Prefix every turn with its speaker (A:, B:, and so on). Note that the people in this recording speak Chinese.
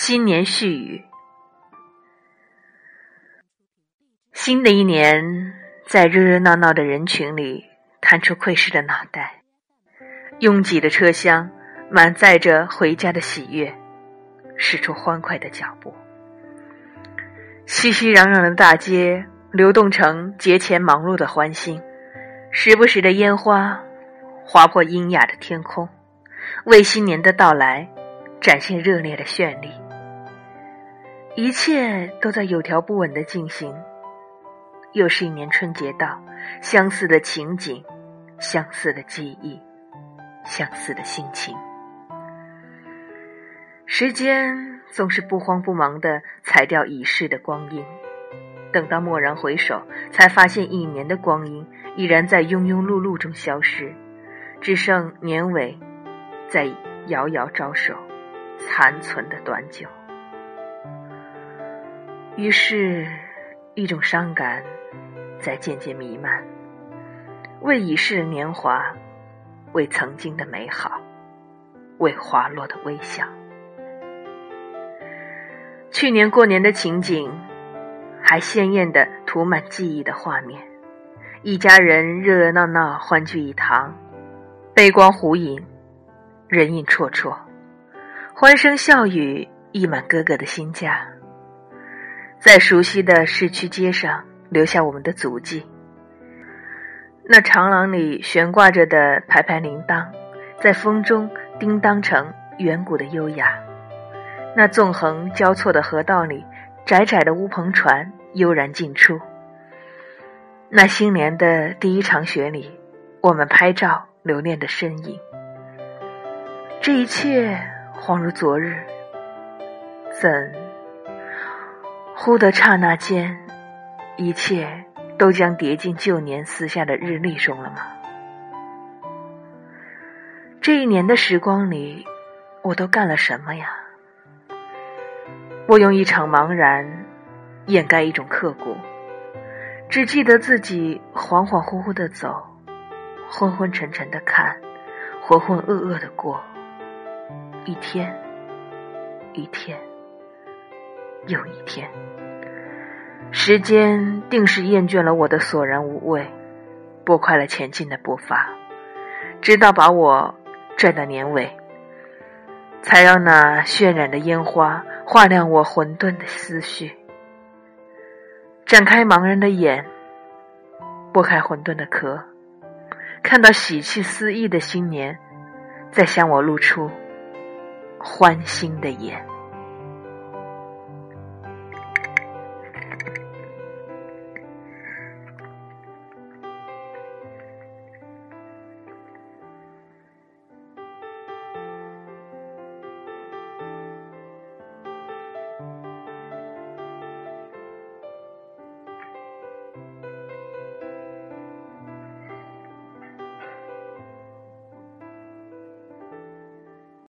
A: 新年絮语。新的一年，在热热闹闹的人群里探出窥视的脑袋，拥挤的车厢满载着回家的喜悦，驶出欢快的脚步。熙熙攘攘的大街流动成节前忙碌的欢欣，时不时的烟花划破阴哑的天空，为新年的到来展现热烈的绚丽。一切都在有条不紊地进行，又是一年春节到，相似的情景，相似的记忆，相似的心情。时间总是不慌不忙地裁掉已逝的光阴，等到蓦然回首，才发现一年的光阴已然在庸庸碌碌中消失，只剩年尾在遥遥招手残存的短久。于是一种伤感在渐渐弥漫，为已逝的年华，为曾经的美好，为滑落的微笑。去年过年的情景还鲜艳地涂满记忆的画面，一家人热热闹闹欢聚一堂，杯光壶饮，人影绰绰，欢声笑语溢满哥哥的新家。在熟悉的市区街上留下我们的足迹，那长廊里悬挂着的排排铃铛在风中叮当成远古的优雅，那纵横交错的河道里窄窄的乌篷船悠然进出，那新年的第一场雪里我们拍照留念的身影。这一切恍如昨日，怎忽的刹那间，一切都将叠进旧年撕下的日历中了吗？这一年的时光里，我都干了什么呀？我用一场茫然掩盖一种刻骨，只记得自己恍恍惚惚地走，昏昏沉沉地看，浑浑噩噩地过，一天一天又一天。时间定是厌倦了我的索然无味，拨快了前进的步伐，直到把我拽到年尾，才让那渲染的烟花画亮我混沌的思绪。展开茫然的眼，拨开混沌的壳，看到喜气四溢的新年在向我露出欢欣的眼。